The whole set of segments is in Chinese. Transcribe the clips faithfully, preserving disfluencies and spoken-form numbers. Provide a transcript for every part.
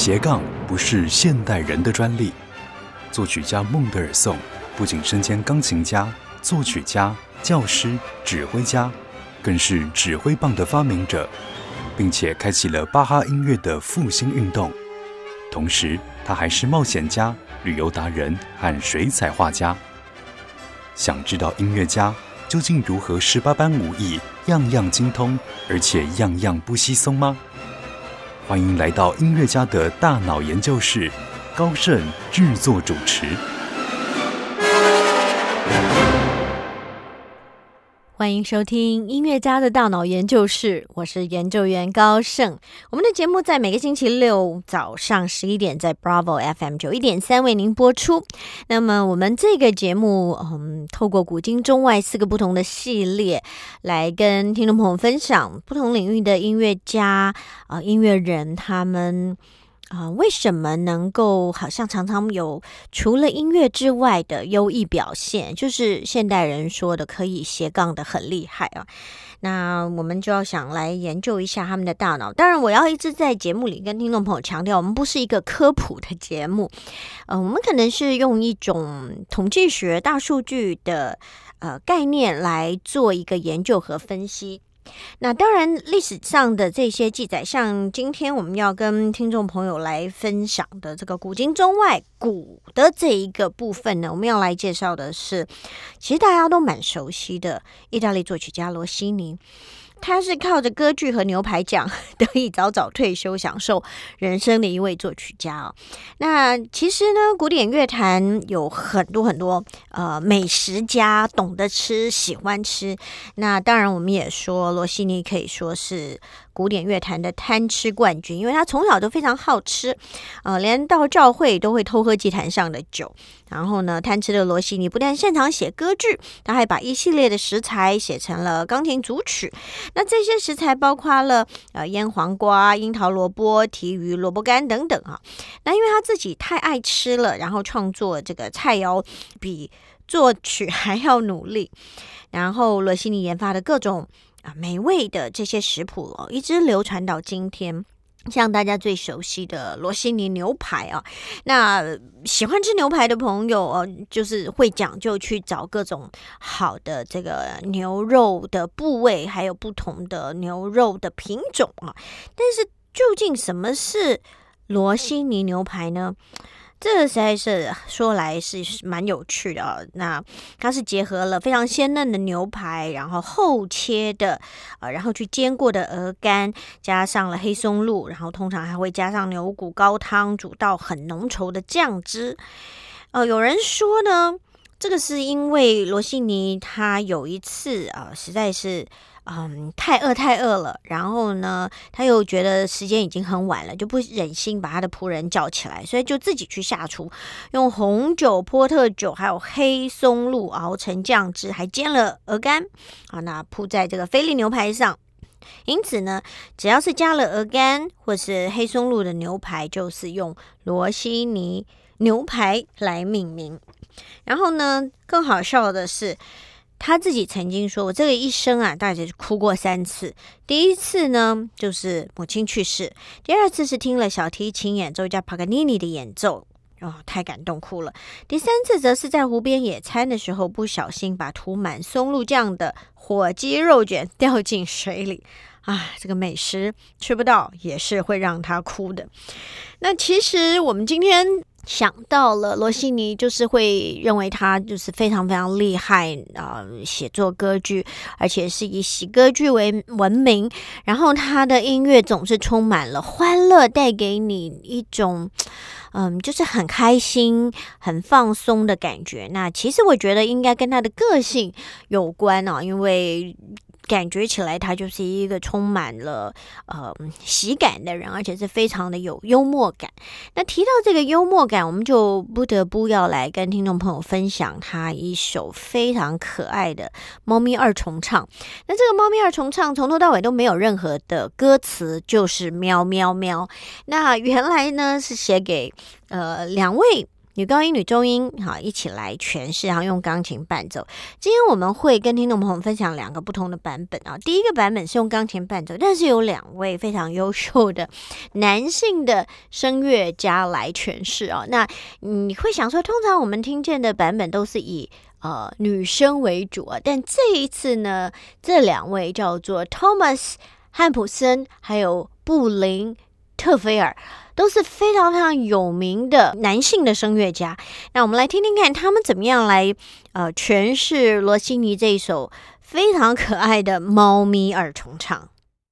斜杠不是现代人的专利。作曲家孟德尔颂不仅身兼钢琴家、作曲家、教师、指挥家，更是指挥棒的发明者，并且开启了巴哈音乐的复兴运动。同时，他还是冒险家、旅游达人和水彩画家。想知道音乐家究竟如何十八般武艺样样精通，而且样样不稀松吗？欢迎来到音乐家的大脑研究室，高盛制作主持。 欢迎收听音乐家的大脑研究室，我是研究员高盛。我们的节目在每个星期六早上十一点在 Bravo F M 九一点三为您播出。那么我们这个节目嗯，透过古今中外四个不同的系列来跟听众朋友分享不同领域的音乐家、呃、音乐人他们啊、呃，为什么能够好像常常有除了音乐之外的优异表现，就是现代人说的可以斜杠的很厉害啊。那我们就要想来研究一下他们的大脑。当然我要一直在节目里跟听众朋友强调，我们不是一个科普的节目，呃，我们可能是用一种统计学、大数据的呃概念来做一个研究和分析。那当然历史上的这些记载，像今天我们要跟听众朋友来分享的这个古今中外古的这一个部分呢，我们要来介绍的是其实大家都蛮熟悉的意大利作曲家罗西尼。他是靠着歌剧和牛排奖得以早早退休享受人生的一位作曲家哦。那其实呢，古典乐坛有很多很多呃美食家，懂得吃，喜欢吃。那当然我们也说罗西尼可以说是古典乐坛的贪吃冠军，因为他从小都非常好吃，呃，连到教会都会偷喝祭坛上的酒。然后呢，贪吃的罗西尼不但擅长写歌剧，他还把一系列的食材写成了钢琴组曲。那这些食材包括了呃腌黄瓜、樱桃萝卜、提鱼、萝卜干等等啊。那因为他自己太爱吃了，然后创作这个菜肴比作曲还要努力。然后罗西尼研发的各种啊美味的这些食谱哦，一直流传到今天。像大家最熟悉的罗西尼牛排啊，那喜欢吃牛排的朋友哦，就是会讲究去找各种好的这个牛肉的部位，还有不同的牛肉的品种啊。但是究竟什么是罗西尼牛排呢？这个实在是说来是蛮有趣的哦。那它是结合了非常鲜嫩的牛排，然后厚切的呃，然后去煎过的鹅肝，加上了黑松露，然后通常还会加上牛骨高汤，煮到很浓稠的酱汁。呃，有人说呢，这个是因为罗西尼他有一次啊、呃，实在是嗯，太饿太饿了，然后呢，他又觉得时间已经很晚了，就不忍心把他的仆人叫起来，所以就自己去下厨，用红酒、波特酒还有黑松露熬成酱汁，还煎了鹅肝啊，那铺在这个菲力牛排上。因此呢，只要是加了鹅肝或是黑松露的牛排，就是用罗西尼牛排来命名。然后呢，更好笑的是，他自己曾经说，我这个一生啊，大概哭过三次。第一次呢，就是母亲去世；第二次是听了小提琴演奏家帕格尼尼的演奏，哦，太感动哭了。第三次则是在湖边野餐的时候，不小心把涂满松露酱的火鸡肉卷掉进水里。啊，这个美食吃不到也是会让他哭的。那其实我们今天想到了罗西尼，就是会认为他就是非常非常厉害啊、呃，写作歌剧，而且是以喜歌剧为闻名。然后他的音乐总是充满了欢乐，带给你一种嗯，就是很开心、很放松的感觉。那其实我觉得应该跟他的个性有关哦，因为感觉起来他就是一个充满了呃喜感的人，而且是非常的有幽默感。那提到这个幽默感，我们就不得不要来跟听众朋友分享他一首非常可爱的猫咪二重唱。那这个猫咪二重唱从头到尾都没有任何的歌词，就是喵喵喵。那原来呢是写给呃两位女高音、女中音，好，一起来诠释，然后用钢琴伴奏。今天我们会跟听众朋友分享两个不同的版本啊。第一个版本是用钢琴伴奏，但是有两位非常优秀的男性的声乐家来诠释啊。那你会想说，通常我们听见的版本都是以呃女生为主啊，但这一次呢，这两位叫做 Thomas 汉普森还有布林特菲尔，都是非常非常有名的男性的声乐家。那我们来听听看他们怎么样来呃诠释罗西尼这一首非常可爱的猫咪二重唱。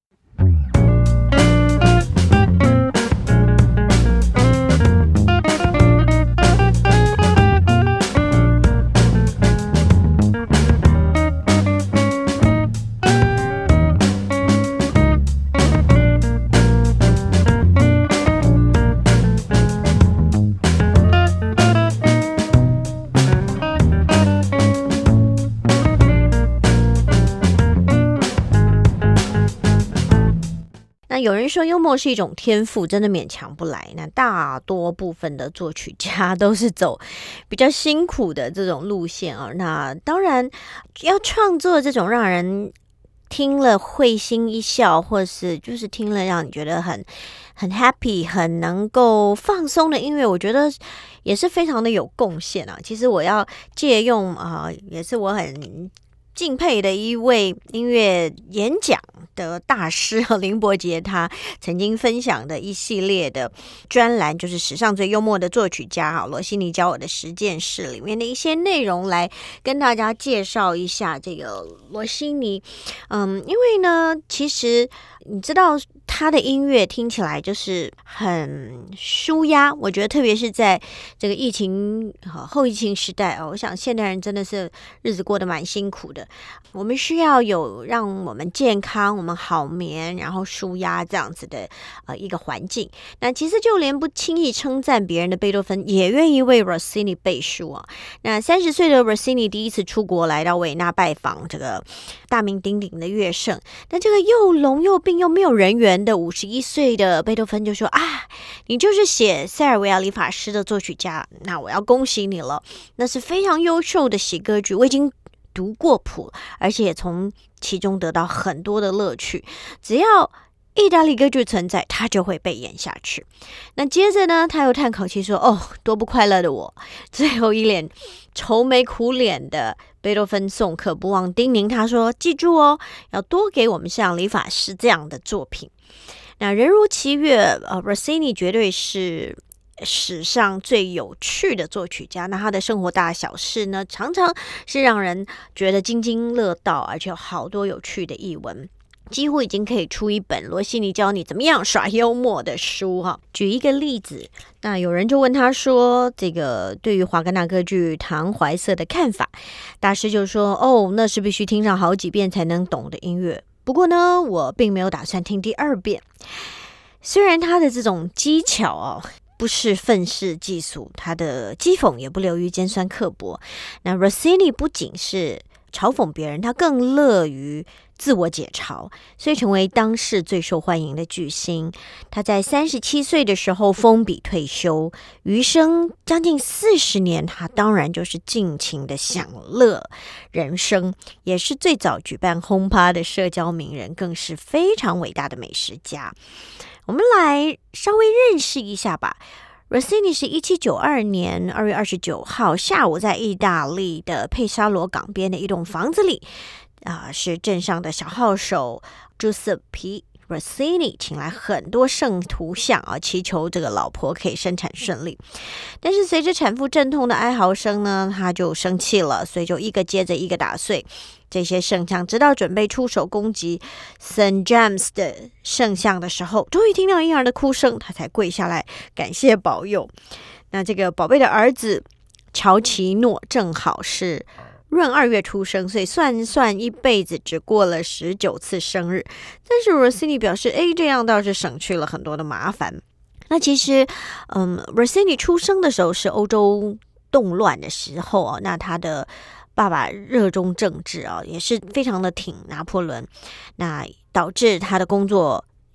那有人说幽默是一种天赋，真的勉强不来。那大多部分的作曲家都是走比较辛苦的这种路线啊。那当然要创作这种让人听了会心一笑，或是就是听了让你觉得很很 happy 很能够放松的音乐，我觉得也是非常的有贡献啊。其实我要借用啊、呃，也是我很敬佩的一位音乐演讲的大师林伯杰，他曾经分享的一系列的专栏，就是史上最幽默的作曲家罗西尼教我的十件事里面的一些内容，来跟大家介绍一下这个罗西尼。嗯，因为呢，其实你知道他的音乐听起来就是很舒压，我觉得特别是在这个疫情后疫情时代哦，我想现代人真的是日子过得蛮辛苦的，我们需要有让我们健康、我们好眠，然后舒压这样子的呃一个环境。那其实就连不轻易称赞别人的贝多芬，也愿意为 Rossini 背书啊。那三十岁的 Rossini 第一次出国来到维纳拜访这个大名鼎鼎的乐圣，那这个又聋又病又没有人缘的五十一岁的贝多芬就说啊，你就是写塞尔维亚理发师的作曲家，那我要恭喜你了，那是非常优秀的喜歌剧，我已经读过谱，而且也从其中得到很多的乐趣，只要意大利歌剧存在，它就会被演下去。那接着呢，他又叹口气说，哦，多不快乐的我。最后一脸愁眉苦脸的贝多芬送客，不忘叮咛他说，记住哦，要多给我们像理发师这样的作品。那人如其乐，呃 Rossini 绝对是史上最有趣的作曲家。那他的生活大小事呢，常常是让人觉得津津乐道，而且有好多有趣的译文，几乎已经可以出一本罗西尼教你怎么样耍幽默的书哈。举一个例子，那有人就问他说，这个对于华格纳歌剧《唐怀瑟》的看法，大师就说，哦，那是必须听上好几遍才能懂的音乐。不过呢，我并没有打算听第二遍。虽然他的这种技巧哦，不是愤世嫉俗，他的讥讽也不流于尖酸刻薄。那 Rossini 不仅是嘲讽别人，他更乐于自我解嘲，所以成为当世最受欢迎的巨星。他在三十七岁的时候封笔退休，余生将近四十年，他当然就是尽情的享乐人生，也是最早举办轰趴的社交名人，更是非常伟大的美食家。我们来稍微认识一下吧。Rossini 是一七九二年二月二十九号下午在意大利的佩沙罗港边的一栋房子里，啊、呃，是镇上的小号手朱塞皮 Rossini 请来很多圣徒像啊，祈求这个老婆可以生产顺利。但是随着产妇阵痛的哀嚎声呢，他就生气了，所以就一个接着一个打碎这些圣像，直到准备出手攻击 Saint James 的圣像的时候，终于听到婴儿的哭声，他才跪下来感谢保佑。那这个宝贝的儿子乔奇诺正好是闰二月出生，所以算算一辈子只过了十九次生日。但是 Rossini 表示，哎，这样倒是省去了很多的麻烦。那其实，嗯 ，Rossini 出生的时候是欧洲动乱的时候啊，那他的爸爸热衷政治啊，也是非常的挺拿破仑，那导致他的工作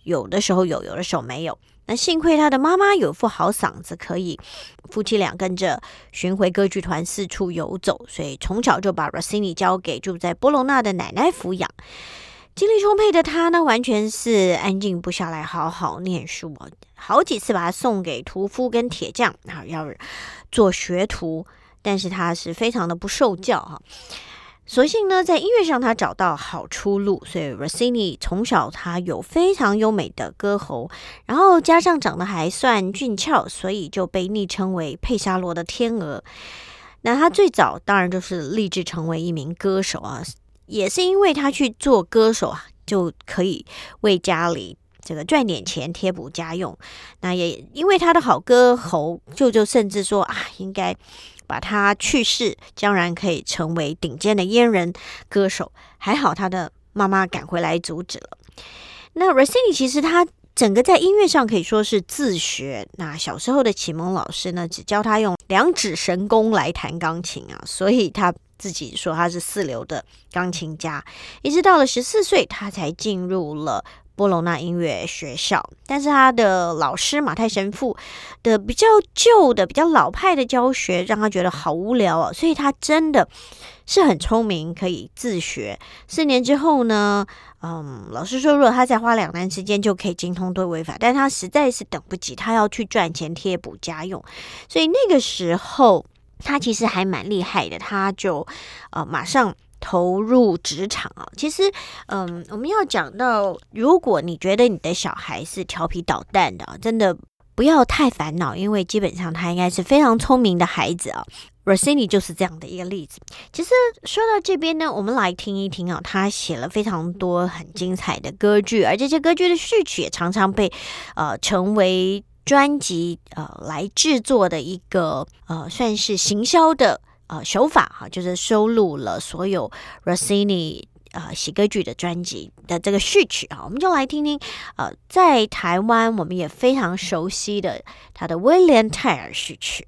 有的时候有，有的时候没有。那幸亏他的妈妈有副好嗓子，可以夫妻俩跟着巡回歌剧团四处游走，所以从小就把 Rossini 交给住在波隆纳的奶奶抚养。精力充沛的他呢，完全是安静不下来，好好念书哦。好几次把他送给屠夫跟铁匠，啊，要做学徒，但是他是非常的不受教哈。所幸呢，在音乐上他找到好出路，所以 Rossini 从小他有非常优美的歌喉，然后加上长得还算俊俏，所以就被昵称为佩沙罗的天鹅。那他最早当然就是立志成为一名歌手啊，也是因为他去做歌手啊，就可以为家里这个赚点钱贴补家用。那也因为他的好歌喉，舅舅甚至说啊，应该把他去世，将然可以成为顶尖的阉人歌手。还好他的妈妈赶回来阻止了。那 Rossini 其实他整个在音乐上可以说是自学。那小时候的启蒙老师呢，只教他用两指神功来弹钢琴啊，所以他自己说他是四流的钢琴家。一直到了十四岁，他才进入了波隆纳音乐学校，但是他的老师马太神父的比较旧的、比较老派的教学，让他觉得好无聊哦，所以他真的是很聪明，可以自学。四年之后呢，嗯，老师说，如果他再花两年时间就可以精通对位法，但他实在是等不及，他要去赚钱贴补家用，所以那个时候他其实还蛮厉害的，他就呃马上投入职场啊。其实嗯，我们要讲到，如果你觉得你的小孩是调皮捣蛋的，真的不要太烦恼，因为基本上他应该是非常聪明的孩子啊。Rossini 就是这样的一个例子。其实说到这边呢，我们来听一听啊，他写了非常多很精彩的歌剧，而这些歌剧的序曲也常常被呃成为专辑呃来制作的一个呃算是行销的呃手法哈，就是收录了所有 Rossini 呃写歌剧的专辑的这个序曲啊。我们就来听听呃在台湾我们也非常熟悉的他的威廉泰尔序曲。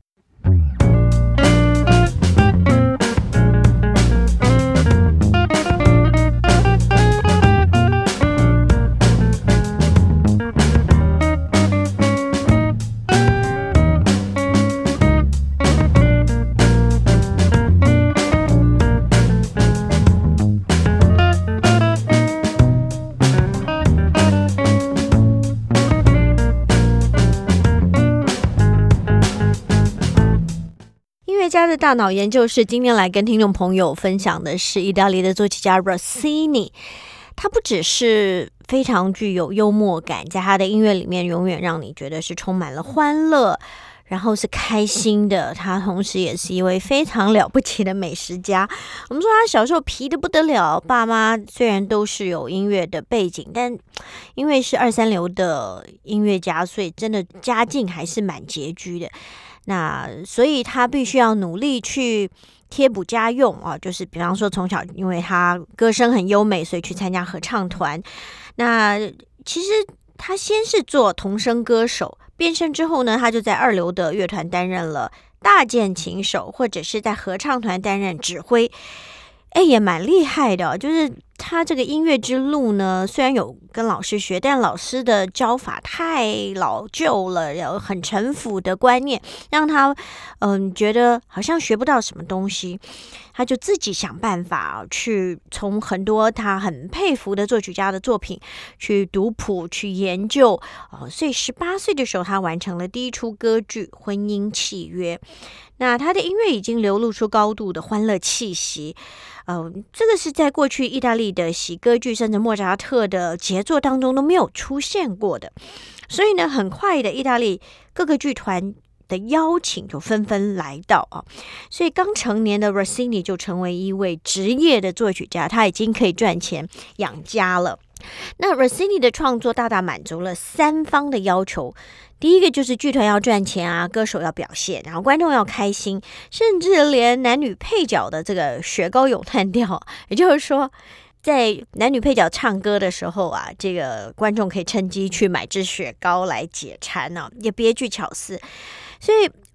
家的大脑研究室今天来跟听众朋友分享的是意大利的作曲家 Rossini。 他不只是非常具有幽默感，在他的音乐里面永远让你觉得是充满了欢乐，然后是开心的。他同时也是一位非常了不起的美食家。我们说他小时候皮得不得了，爸妈虽然都是有音乐的背景，但因为是二三流的音乐家，所以真的家境还是蛮拮据的。那所以他必须要努力去贴补家用啊，就是比方说从小因为他歌声很优美，所以去参加合唱团。那其实他先是做童声歌手，变声之后呢，他就在二流的乐团担任了大键琴手，或者是在合唱团担任指挥。哎，也蛮厉害的，就是他这个音乐之路呢，虽然有跟老师学，但老师的教法太老旧了，有很陈腐的观念，让他嗯觉得好像学不到什么东西。他就自己想办法去从很多他很佩服的作曲家的作品去读谱去研究哦，所以十八岁的时候他完成了第一出歌剧《婚姻契约》。那他的音乐已经流露出高度的欢乐气息，呃，这个是在过去意大利的喜歌剧甚至莫扎特的杰作当中都没有出现过的。所以呢，很快的意大利各个剧团的邀请就纷纷来到啊，所以刚成年的 Rossini 就成为一位职业的作曲家，他已经可以赚钱养家了。那 Rossini 的创作大大满足了三方的要求。第一个就是剧团要赚钱啊，歌手要表现，然后观众要开心，甚至连男女配角的这个雪糕咏叹调，也就是说在男女配角唱歌的时候啊，这个观众可以趁机去买支雪糕来解馋啊，也别具巧思。所以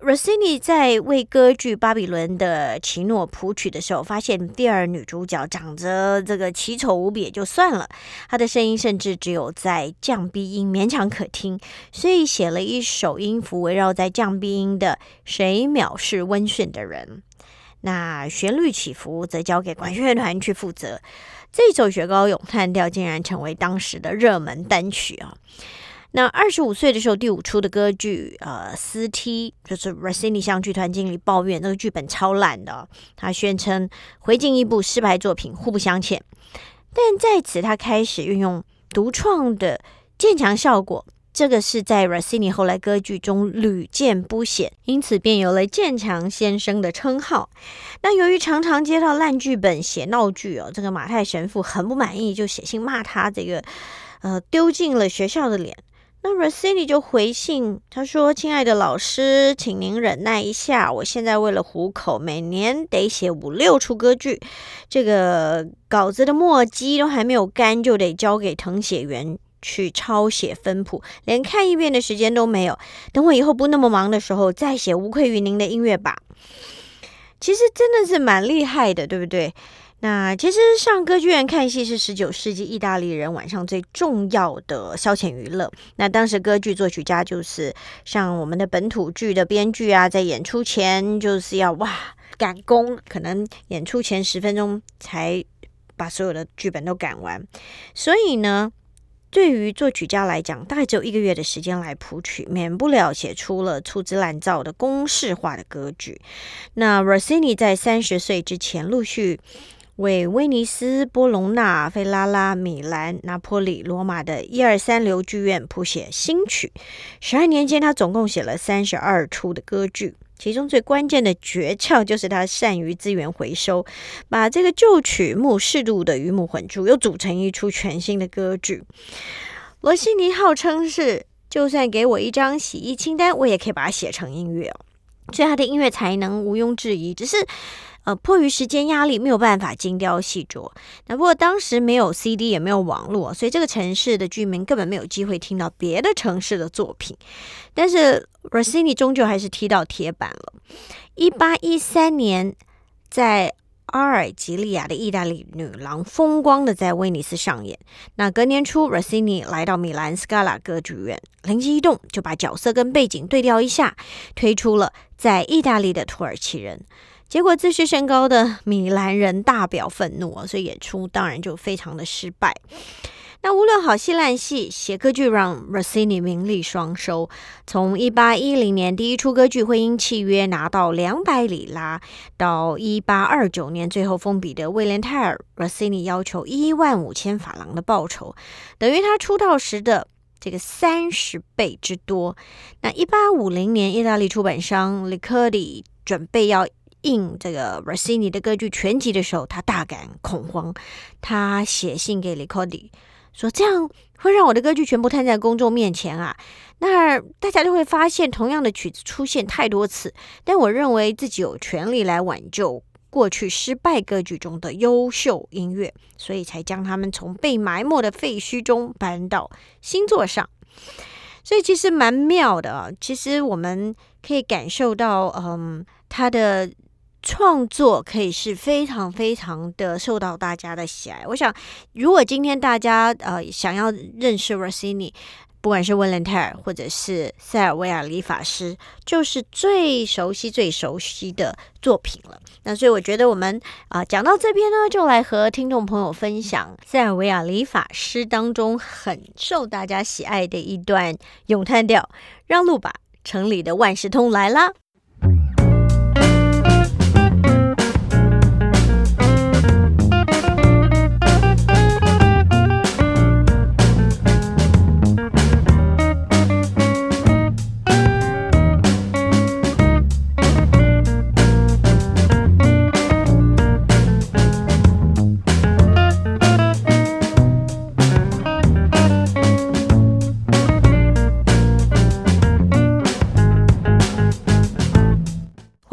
Rossini 在为歌剧《巴比伦的奇诺》谱曲的时候，发现第二女主角长着这个奇丑无比也就算了，她的声音甚至只有在降 B 音勉强可听，所以写了一首音符围绕在降 B 音的谁藐视温驯的人。那旋律起伏则交给管弦乐团去负责。这首雪糕咏叹调竟然成为当时的热门单曲啊！那二十五岁的时候，第五出的歌剧，呃，斯梯就是 Rossini 向剧团经理抱怨那个剧本超烂的，他宣称回敬一部失败作品，互不相欠。但在此，他开始运用独创的渐强效果，这个是在 Rossini 后来歌剧中屡见不鲜，因此便有了渐强先生的称号。那由于常常接到烂剧本写闹剧哦，这个马太神父很不满意，就写信骂他这个呃丢尽了学校的脸。那 Rossini 就回信，他说：“亲爱的老师，请您忍耐一下，我现在为了糊口，每年得写五六出歌剧，这个稿子的墨迹都还没有干，就得交给誊写员去抄写分谱，连看一遍的时间都没有。等我以后不那么忙的时候，再写无愧于您的音乐吧。”其实真的是蛮厉害的，对不对？那其实上歌剧院看戏是十九世纪意大利人晚上最重要的消遣娱乐。那当时歌剧作曲家就是像我们的本土剧的编剧啊，在演出前就是要哇赶工，可能演出前十分钟才把所有的剧本都赶完。所以呢，对于作曲家来讲，大概只有一个月的时间来谱曲，免不了写出了粗制滥造的公式化的歌剧。那 Rossini 在三十岁之前陆续为威尼斯、波隆纳、费拉拉、米兰、拿坡里、罗马的一二三流剧院谱写新曲。十二年间，他总共写了三十二出的歌剧，其中最关键的诀窍就是他善于资源回收，把这个旧曲目适度的鱼目混珠，又组成一出全新的歌剧。罗西尼号称是，就算给我一张洗衣清单，我也可以把它写成音乐哦。所以他的音乐才能毋庸置疑，只是呃，迫于时间压力，没有办法精雕细琢。那不过当时没有 C D 也没有网络，所以这个城市的居民根本没有机会听到别的城市的作品。但是 Rossini 终究还是踢到铁板了。一八一三年，在阿尔及利亚的意大利女郎风光的在威尼斯上演。那隔年初 Rossini 来到米兰 Scala 歌剧院，灵机一动就把角色跟背景对调一下，推出了在意大利的土耳其人。结果自视甚高的米兰人大表愤怒、哦、所以演出当然就非常的失败。那无论好戏烂戏，写歌剧让 Rossini 名利双收。从一八一零年第一出歌剧婚姻契约拿到两百里拉，到一八二九年最后封笔的威廉泰尔 Rossini 要求一万五千法郎的报酬，等于他出道时的这个三十倍之多。那一八五零年，意大利出版商 Licordi 准备要印这个 Rossini 的歌剧全集的时候，他大感恐慌。他写信给 Licordi 说，这样会让我的歌剧全部摊在公众面前啊，那大家就会发现同样的曲子出现太多次，但我认为自己有权利来挽救过去失败歌剧中的优秀音乐，所以才将他们从被埋没的废墟中搬到新作上。所以其实蛮妙的啊，其实我们可以感受到嗯，他的创作可以是非常非常的受到大家的喜爱。我想如果今天大家呃想要认识 Rossini， 不管是温伦泰尔或者是塞尔维亚理发师，就是最熟悉最熟悉的作品了。那所以我觉得我们啊、呃、讲到这边呢，就来和听众朋友分享塞尔维亚理发师当中很受大家喜爱的一段咏叹调，让路吧，城里的万事通来啦。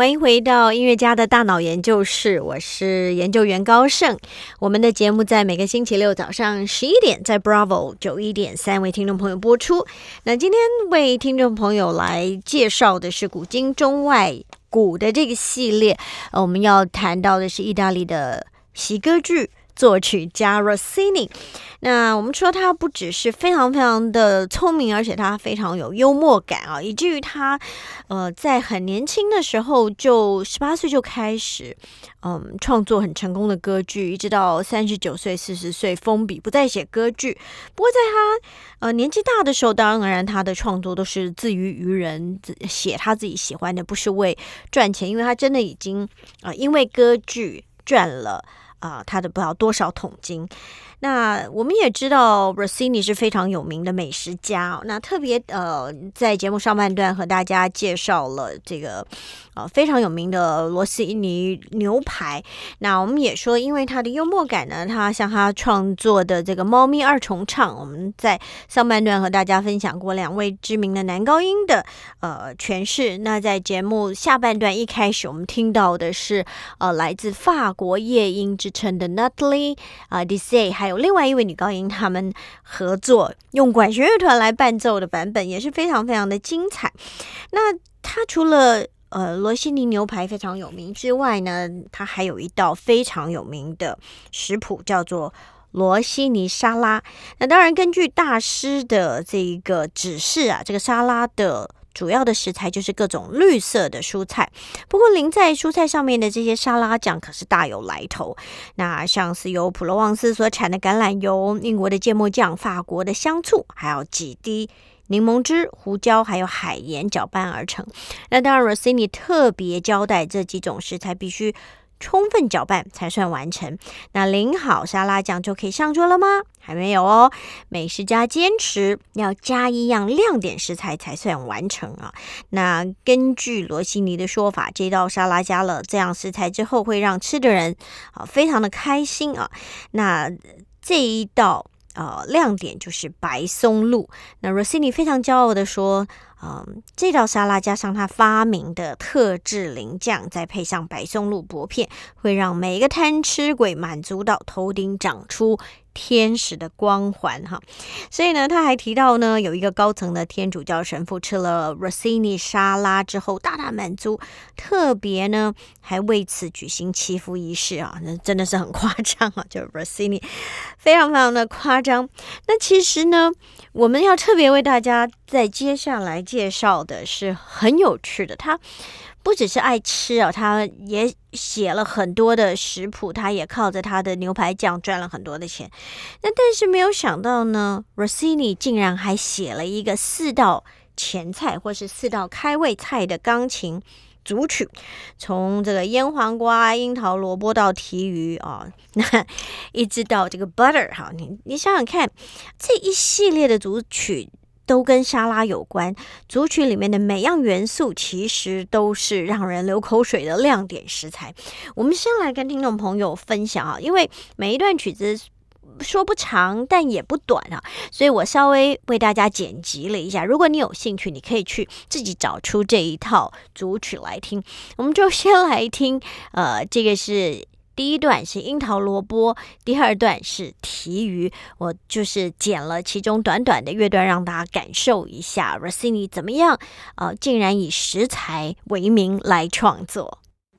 欢迎回到音乐家的大脑研究室，我是研究员高盛。我们的节目在每个星期六早上十一点在 Bravo 九一点三为听众朋友播出。那今天为听众朋友来介绍的是古今中外古的这个系列，呃，我们要谈到的是意大利的喜歌剧作曲家 Rossini。 那我们说他不只是非常非常的聪明，而且他非常有幽默感啊，以至于他呃在很年轻的时候就十八岁就开始嗯创作很成功的歌剧，一直到三十九岁四十岁封笔不再写歌剧。不过在他呃年纪大的时候，当然他的创作都是自娱于人，写他自己喜欢的，不是为赚钱，因为他真的已经呃因为歌剧赚了啊、呃，他的不知道多少桶金。那我们也知道 Rossini 是非常有名的美食家、哦、那特别呃在节目上半段和大家介绍了这个呃非常有名的罗西尼牛排。那我们也说因为他的幽默感呢，他像他创作的这个猫咪二重唱，我们在上半段和大家分享过两位知名的男高音的呃诠释。那在节目下半段一开始我们听到的是呃来自法国夜莺之称的 Nathalie 啊、呃、Dessay 还有有另外一位女高音，他们合作用管弦乐团来伴奏的版本也是非常非常的精彩。那他除了呃罗西尼牛排非常有名之外呢，他还有一道非常有名的食谱叫做罗西尼沙拉。那当然根据大师的这个指示啊，这个沙拉的主要的食材就是各种绿色的蔬菜，不过淋在蔬菜上面的这些沙拉酱可是大有来头。那像是由普罗旺斯所产的橄榄油、英国的芥末酱、法国的香醋，还有几滴柠檬汁、胡椒还有海盐搅拌而成。那当然 Rossini 特别交代这几种食材必须充分搅拌才算完成。那淋好沙拉酱就可以上桌了吗？还没有哦，美食家坚持要加一样亮点食材才算完成啊。那根据罗西尼的说法，这道沙拉加了这样食材之后，会让吃的人啊非常的开心啊。那这一道呃亮点就是白松露。那 Rossini 非常骄傲的说，嗯，这道沙拉加上他发明的特制淋酱，再配上白松露薄片，会让每个贪吃鬼满足到头顶长出天使的光环哈。所以呢，他还提到呢，有一个高层的天主教神父吃了 Rossini 沙拉之后大大满足，特别呢还为此举行祈福仪式啊，那真的是很夸张啊，就 Rossini 非常非常的夸张。那其实呢，我们要特别为大家在接下来介绍的是很有趣的，他不只是爱吃啊，他也写了很多的食谱，他也靠着他的牛排酱赚了很多的钱。那但是没有想到呢 Rossini 竟然还写了一个四道前菜或是四道开胃菜的钢琴组曲，从这个腌黄瓜、樱桃、萝卜到提鱼啊、哦，那一直到这个 butter 哈，你你想想看，这一系列的组曲都跟沙拉有关，组曲里面的每样元素其实都是让人流口水的亮点食材。我们先来跟听众朋友分享啊，因为每一段曲子说不长但也不短啊，所以我稍微为大家剪辑了一下，如果你有兴趣你可以去自己找出这一套组曲来听。我们就先来听呃，这个是第一段是樱桃萝卜，第二段是提鱼，我就是剪了其中短短的乐段让大家感受一下 Rossini 怎么样呃，竟然以食材为名来创作。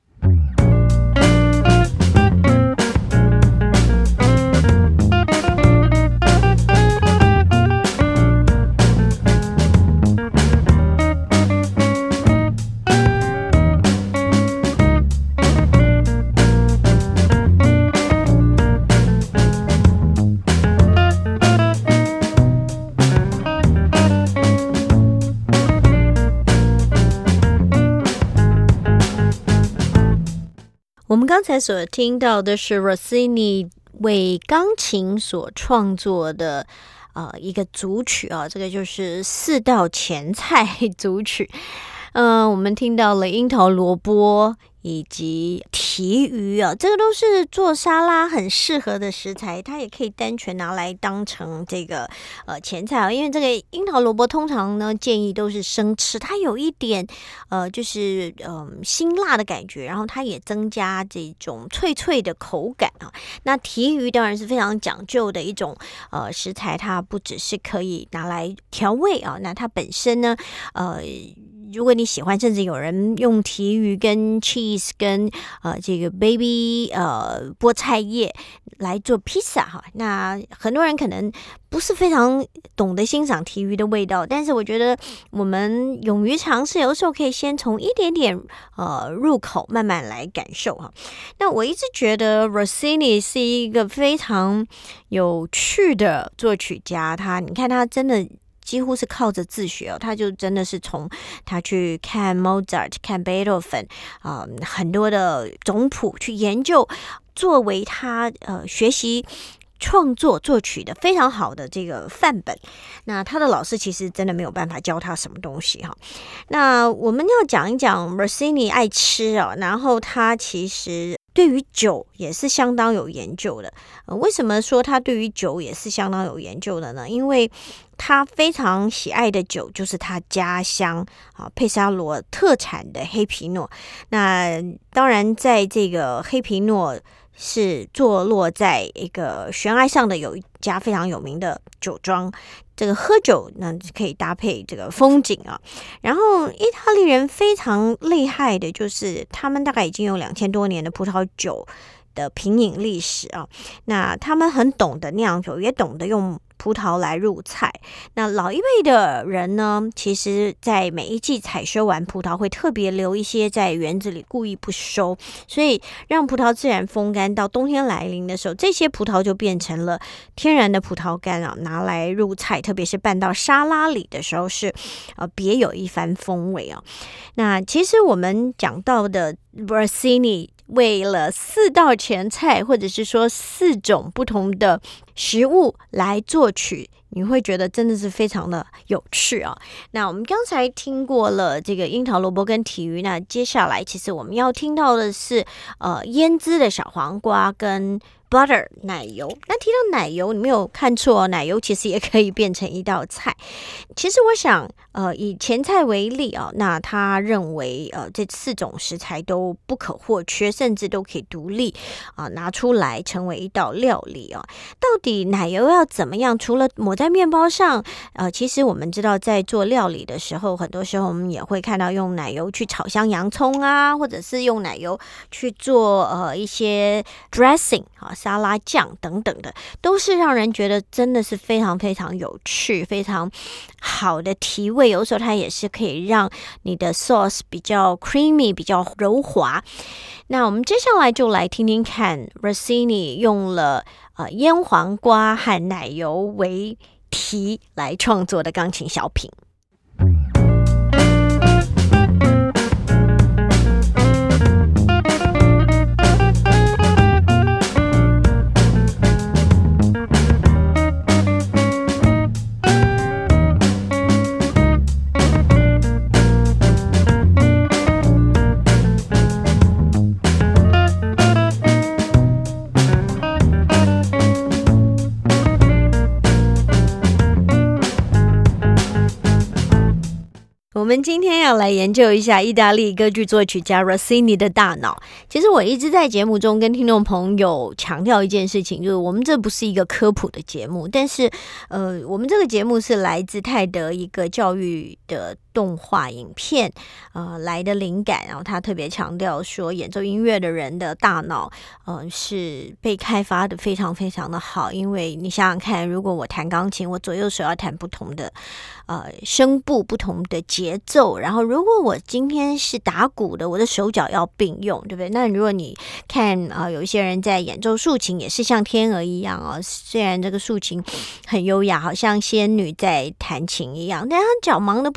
我们刚才所听到的是 Rossini 为钢琴所创作的呃一个组曲啊，这个就是四道前菜组曲。嗯、呃，我们听到了樱桃萝卜以及提鱼啊，这个都是做沙拉很适合的食材，它也可以单纯拿来当成这个呃前菜啊。因为这个樱桃萝卜通常呢建议都是生吃，它有一点呃就是嗯、呃、辛辣的感觉，然后它也增加这种脆脆的口感啊。那提鱼当然是非常讲究的一种呃食材，它不只是可以拿来调味啊，那它本身呢呃。如果你喜欢，甚至有人用提鱼跟 cheese 跟呃这个 baby 呃菠菜叶来做披萨哈，那很多人可能不是非常懂得欣赏提鱼的味道，但是我觉得我们勇于尝试，有时候可以先从一点点呃入口慢慢来感受哈。那我一直觉得 Rossini 是一个非常有趣的作曲家，他你看他真的几乎是靠着自学哦，他就真的是从他去看 Mozart 看 Beethoven 啊、呃、很多的总谱去研究，作为他呃学习创作作曲的非常好的这个范本。那他的老师其实真的没有办法教他什么东西哈。那我们要讲一讲 Rossini 爱吃哦，然后他其实对于酒也是相当有研究的。呃，为什么说他对于酒也是相当有研究的呢？因为他非常喜爱的酒就是他家乡啊佩沙罗特产的黑皮诺。那当然在这个黑皮诺是坐落在一个悬崖上的有一家非常有名的酒庄，这个喝酒呢可以搭配这个风景啊。然后意大利人非常厉害的就是他们大概已经有两千多年的葡萄酒的品饮历史啊，那他们很懂得酿酒，也懂得用葡萄来入菜。那老一辈的人呢，其实在每一季采收完葡萄会特别留一些在园子里故意不收，所以让葡萄自然风干，到冬天来临的时候，这些葡萄就变成了天然的葡萄干啊，拿来入菜，特别是拌到沙拉里的时候是呃别有一番风味啊。那其实我们讲到的 Rossini为了四道前菜，或者是说四种不同的食物来作曲，你会觉得真的是非常的有趣啊。那我们刚才听过了这个樱桃萝卜跟提鱼，那接下来其实我们要听到的是呃腌制的小黄瓜跟butter 奶油。那提到奶油，你没有看错，奶油其实也可以变成一道菜。其实我想呃以前菜为例啊，那他认为呃这四种食材都不可或缺，甚至都可以独立啊、呃、拿出来成为一道料理啊。到底奶油要怎么样？除了抹在面包上，呃其实我们知道在做料理的时候，很多时候我们也会看到用奶油去炒香洋葱啊，或者是用奶油去做呃一些 dressing 啊沙拉酱等等的，都是让人觉得真的是非常非常有趣，非常好的提味。有时候它也是可以让你的 sauce 比较 creamy 比较柔滑。那我们接下来就来听听看 Rossini 用了呃腌黄瓜和奶油为题来创作的钢琴小品。我们今天要来研究一下意大利歌剧作曲家 Rossini 的大脑。其实我一直在节目中跟听众朋友强调一件事情，就是我们这不是一个科普的节目，但是呃，我们这个节目是来自泰德一个教育的动画影片呃来的灵感，然后他特别强调说演奏音乐的人的大脑呃是被开发的非常非常的好。因为你想想看，如果我弹钢琴，我左右手要弹不同的呃声部，不同的节奏，然后如果我今天是打鼓的，我的手脚要并用，对不对？那如果你看啊、呃，有一些人在演奏竖琴也是像天鹅一样哦，虽然这个竖琴很优雅，好像仙女在弹琴一样，但他脚忙得不得了，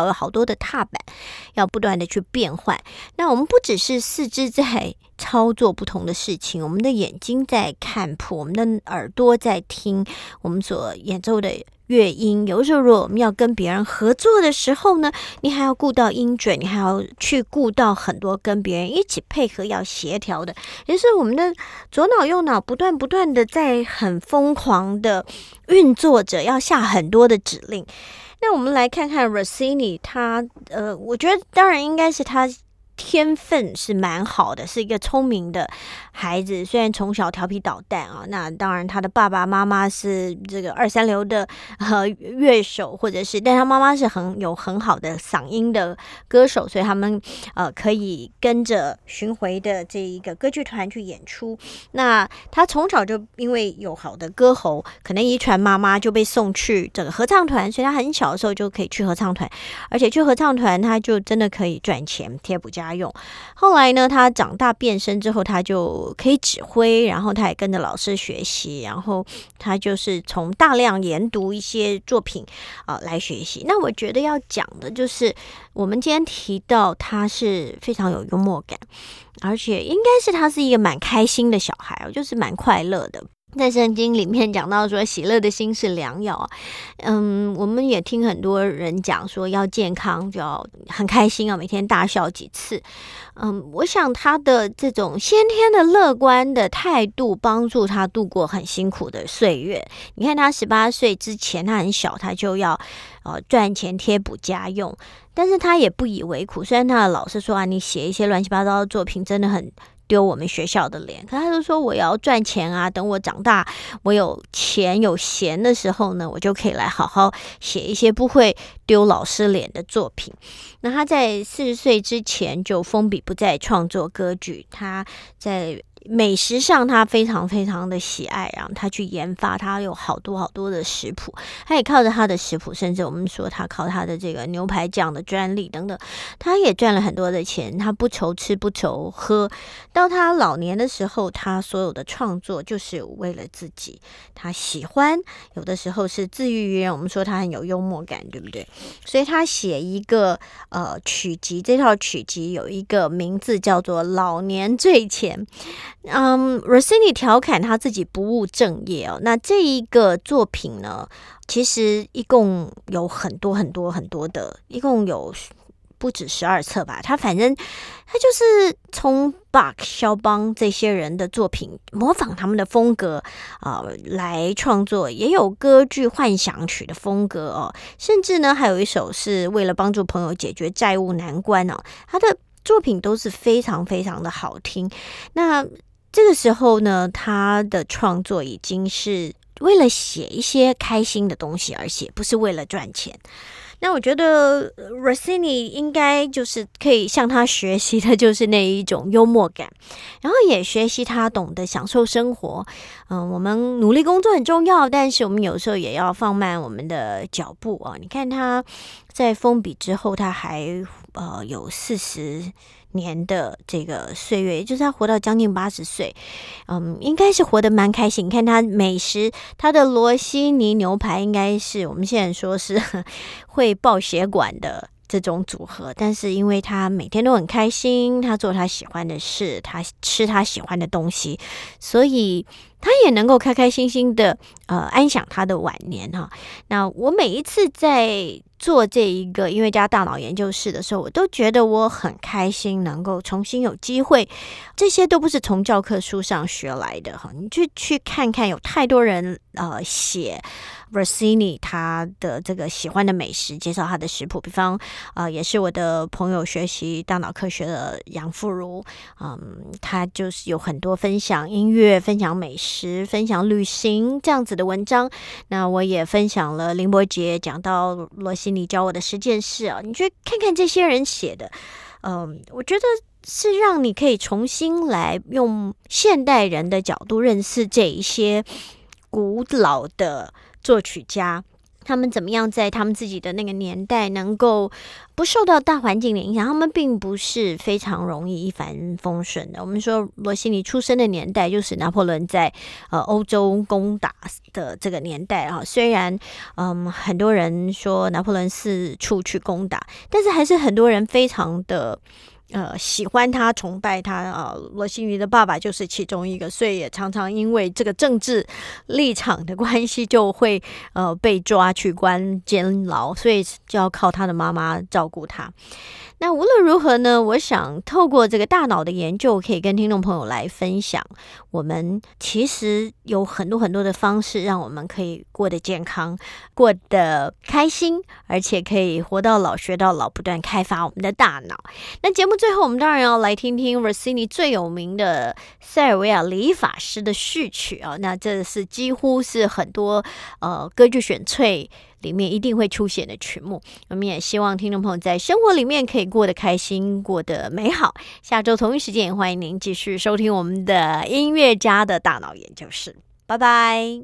有好多的踏板，要不断的去变换。那我们不只是四肢在操作不同的事情，我们的眼睛在看谱，我们的耳朵在听我们所演奏的乐音。有时候如果我们要跟别人合作的时候呢，你还要顾到音准，你还要去顾到很多跟别人一起配合要协调的，也就是我们的左脑右脑不断不断的在很疯狂的运作着，要下很多的指令。那我们来看看 Rossini， 他呃，我觉得当然应该是他天分是蛮好的，是一个聪明的孩子，虽然从小调皮捣蛋啊，那当然他的爸爸妈妈是这个二三流的呃乐手，或者是，但他妈妈是很有很好的嗓音的歌手，所以他们呃可以跟着巡回的这一个歌剧团去演出。那他从小就因为有好的歌喉，可能遗传妈妈，就被送去这个合唱团，所以他很小的时候就可以去合唱团，而且去合唱团他就真的可以赚钱贴补家用。后来呢，他长大变身之后，他就可以指挥，然后他也跟着老师学习，然后他就是从大量研读一些作品啊、呃、来学习。那我觉得要讲的就是，我们今天提到他是非常有幽默感，而且应该是他是一个蛮开心的小孩，就是蛮快乐的。在圣经里面讲到说，喜乐的心是良药啊。嗯，我们也听很多人讲说，要健康就要很开心啊，每天大笑几次。嗯，我想他的这种先天的乐观的态度，帮助他度过很辛苦的岁月。你看他十八岁之前，他很小，他就要呃赚钱贴补家用，但是他也不以为苦。虽然他的老师说啊，你写一些乱七八糟的作品，真的很丢我们学校的脸，可他就说我要赚钱啊，等我长大我有钱有闲的时候呢，我就可以来好好写一些不会丢老师脸的作品。那他在四十岁之前就封笔不再创作歌剧，他在美食上他非常非常的喜爱，然后他去研发，他有好多好多的食谱，他也靠着他的食谱，甚至我们说他靠他的这个牛排酱的专利等等，他也赚了很多的钱，他不愁吃不愁喝。到他老年的时候，他所有的创作就是为了自己，他喜欢，有的时候是自娱于人，我们说他很有幽默感，对不对？所以他写一个呃曲集，这套曲集有一个名字叫做《老年醉前》。嗯 Rossini 调侃他自己不务正业哦。那这一个作品呢，其实一共有很多很多很多的，一共有不止十二册吧。他反正他就是从 Bach、肖邦这些人的作品模仿他们的风格啊、呃、来创作，也有歌剧幻想曲的风格哦，甚至呢还有一首是为了帮助朋友解决债务难关哦。他的作品都是非常非常的好听。那这个时候呢，他的创作已经是为了写一些开心的东西而写，不是为了赚钱。那我觉得 Rossini 应该就是可以向他学习的，就是那一种幽默感，然后也学习他懂得享受生活。嗯，我们努力工作很重要，但是我们有时候也要放慢我们的脚步啊。你看他在封笔之后，他还呃有四十年的这个岁月，也就是他活到将近八十岁，嗯，应该是活得蛮开心。你看他美食，他的罗西尼牛排应该是我们现在说是会爆血管的这种组合，但是因为他每天都很开心，他做他喜欢的事，他吃他喜欢的东西，所以他也能够开开心心的呃安享他的晚年哈。那我每一次在做这一个音乐家大脑研究室的时候，我都觉得我很开心，能够重新有机会，这些都不是从教科书上学来的哈。你就去看看，有太多人呃写 Rossini 他的这个喜欢的美食，介绍他的食谱，比方呃也是我的朋友学习大脑科学的杨富如，嗯，他就是有很多分享音乐、分享美食、分享旅行这样子的文章。那我也分享了林伯杰讲到罗西尼教我的十件事啊，你去看看这些人写的，嗯，我觉得是让你可以重新来用现代人的角度认识这一些古老的作曲家。 他们怎么样在他们自己的那个年代能够不受到大环境的影响，他们并不是非常容易一帆风顺的。我们说罗西尼出生的年代就是拿破仑在呃欧洲攻打的这个年代啊，虽然嗯很多人说拿破仑四处去攻打，但是还是很多人非常的呃，喜欢他，崇拜他啊。罗西尼的爸爸就是其中一个，所以也常常因为这个政治立场的关系，就会呃被抓去关监牢，所以就要靠他的妈妈照顾他。那无论如何呢，我想透过这个大脑的研究，可以跟听众朋友来分享，我们其实有很多很多的方式，让我们可以过得健康，过得开心，而且可以活到老学到老，不断开发我们的大脑。那节目最后，我们当然要来听听 Rossini 最有名的塞尔维亚理发师的序曲啊，那这是几乎是很多呃歌剧选粹里面一定会出现的曲目。我们也希望听众朋友在生活里面可以过得开心，过得美好。下周同一时间也欢迎您继续收听我们的音乐家的大脑研究室，拜拜。 音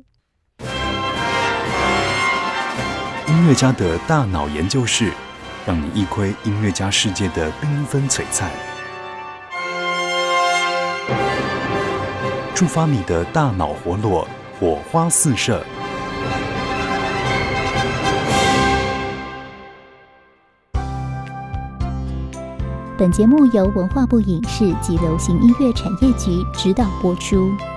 乐家的大脑研究室，让你一窥音乐家世界的缤纷璀璨，触发你的大脑活络，火花四射。 本节目由文化部影视及流行音乐产业局指导播出。